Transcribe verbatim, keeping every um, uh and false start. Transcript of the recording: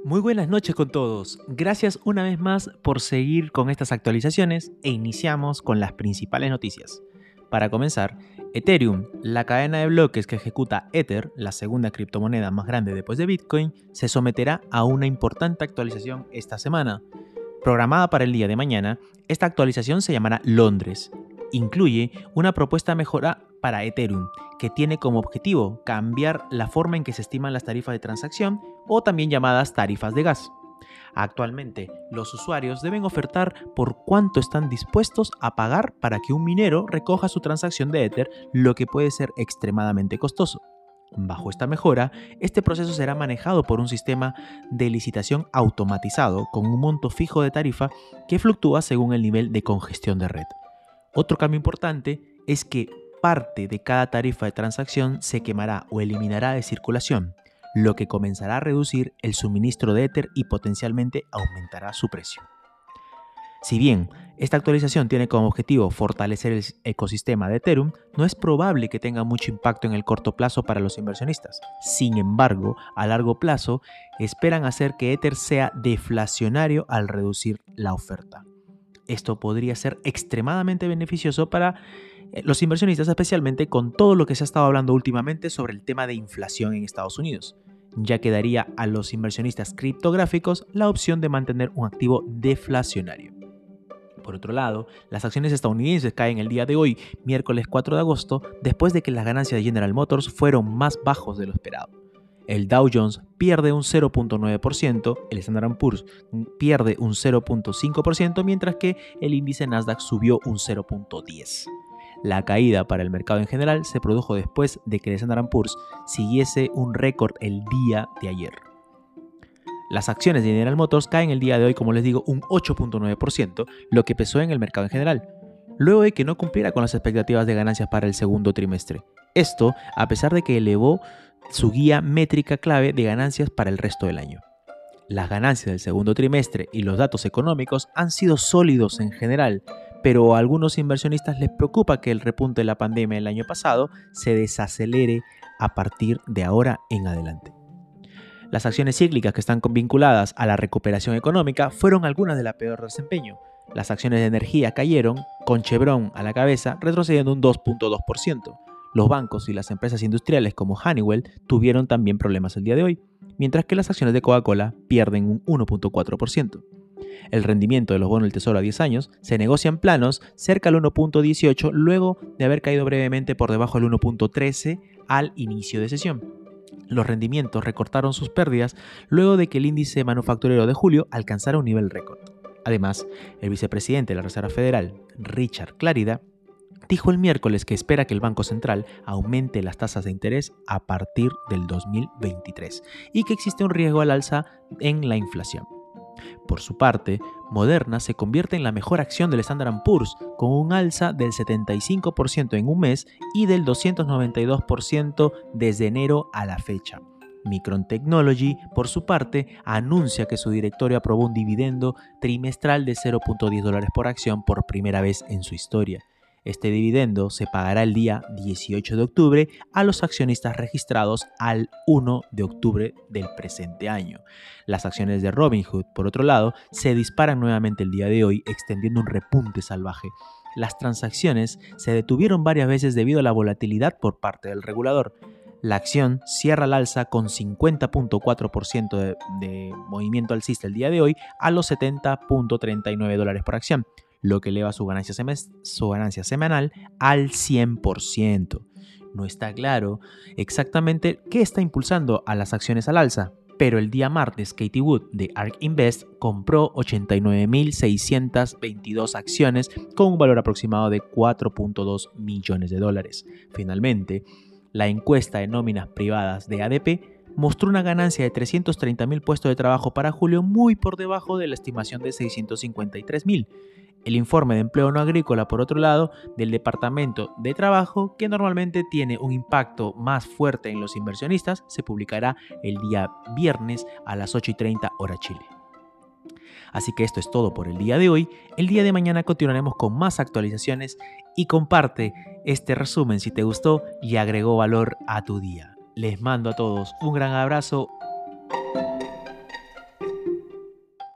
Muy buenas noches con todos. Gracias una vez más por seguir con estas actualizaciones e iniciamos con las principales noticias. Para comenzar, Ethereum, la cadena de bloques que ejecuta Ether, la segunda criptomoneda más grande después de Bitcoin, se someterá a una importante actualización esta semana. Programada para el día de mañana, esta actualización se llamará Londres. Incluye una propuesta mejora para Ethereum, que tiene como objetivo cambiar la forma en que se estiman las tarifas de transacción o también llamadas tarifas de gas. Actualmente, los usuarios deben ofertar por cuánto están dispuestos a pagar para que un minero recoja su transacción de Ether, lo que puede ser extremadamente costoso. Bajo esta mejora, este proceso será manejado por un sistema de licitación automatizado con un monto fijo de tarifa que fluctúa según el nivel de congestión de red. Otro cambio importante es que parte de cada tarifa de transacción se quemará o eliminará de circulación, lo que comenzará a reducir el suministro de Ether y potencialmente aumentará su precio. Si bien esta actualización tiene como objetivo fortalecer el ecosistema de Ethereum, no es probable que tenga mucho impacto en el corto plazo para los inversionistas. Sin embargo, a largo plazo, esperan hacer que Ether sea deflacionario al reducir la oferta. Esto podría ser extremadamente beneficioso para los inversionistas, especialmente con todo lo que se ha estado hablando últimamente sobre el tema de inflación en Estados Unidos, ya que daría a los inversionistas criptográficos la opción de mantener un activo deflacionario. Por otro lado, las acciones estadounidenses caen el día de hoy, miércoles cuatro de agosto, después de que las ganancias de General Motors fueron más bajos de lo esperado. El Dow Jones pierde un cero punto nueve por ciento, el Standard and Poor's pierde un cero punto cinco por ciento, mientras que el índice Nasdaq subió un cero punto diez por ciento. La caída para el mercado en general se produjo después de que el Standard and Poor's siguiese un récord el día de ayer. Las acciones de General Motors caen el día de hoy, como les digo, un ocho punto nueve por ciento, lo que pesó en el mercado en general, luego de que no cumpliera con las expectativas de ganancias para el segundo trimestre. Esto a pesar de que elevó su guía métrica clave de ganancias para el resto del año. Las ganancias del segundo trimestre y los datos económicos han sido sólidos en general, pero a algunos inversionistas les preocupa que el repunte de la pandemia el año pasado se desacelere a partir de ahora en adelante. Las acciones cíclicas que están vinculadas a la recuperación económica fueron algunas de la peor desempeño. Las acciones de energía cayeron, con Chevron a la cabeza, retrocediendo un dos punto dos por ciento. Los bancos y las empresas industriales como Honeywell tuvieron también problemas el día de hoy, mientras que las acciones de Coca-Cola pierden un uno punto cuatro por ciento. El rendimiento de los bonos del Tesoro a diez años se negocian planos cerca al uno punto dieciocho luego de haber caído brevemente por debajo del uno punto trece al inicio de sesión. Los rendimientos recortaron sus pérdidas luego de que el índice manufacturero de julio alcanzara un nivel récord. Además, el vicepresidente de la Reserva Federal, Richard Clarida, dijo el miércoles que espera que el Banco Central aumente las tasas de interés a partir del dos mil veintitrés y que existe un riesgo al alza en la inflación. Por su parte, Moderna se convierte en la mejor acción del Standard and Poor's con un alza del setenta y cinco por ciento en un mes y del doscientos noventa y dos por ciento desde enero a la fecha. Micron Technology, por su parte, anuncia que su directorio aprobó un dividendo trimestral de cero punto diez dólares por acción por primera vez en su historia. Este dividendo se pagará el día dieciocho de octubre a los accionistas registrados al uno de octubre del presente año. Las acciones de Robinhood, por otro lado, se disparan nuevamente el día de hoy, extendiendo un repunte salvaje. Las transacciones se detuvieron varias veces debido a la volatilidad por parte del regulador. La acción cierra al alza con cincuenta punto cuatro por ciento de, de movimiento alcista el día de hoy a los setenta punto treinta y nueve dólares por acción, lo que eleva su ganancia, semes- su ganancia semanal al cien por ciento. No está claro exactamente qué está impulsando a las acciones al alza, pero el día martes Katie Wood de ARK Invest compró ochenta y nueve mil seiscientas veintidós acciones con un valor aproximado de cuatro punto dos millones de dólares. Finalmente, la encuesta de nóminas privadas de A D P mostró una ganancia de trescientos treinta mil puestos de trabajo para julio, muy por debajo de la estimación de seiscientos cincuenta y tres mil. El informe de empleo no agrícola, por otro lado, del Departamento de Trabajo, que normalmente tiene un impacto más fuerte en los inversionistas, se publicará el día viernes a las ocho y treinta hora Chile. Así que esto es todo por el día de hoy. El día de mañana continuaremos con más actualizaciones y comparte este resumen si te gustó y agregó valor a tu día. Les mando a todos un gran abrazo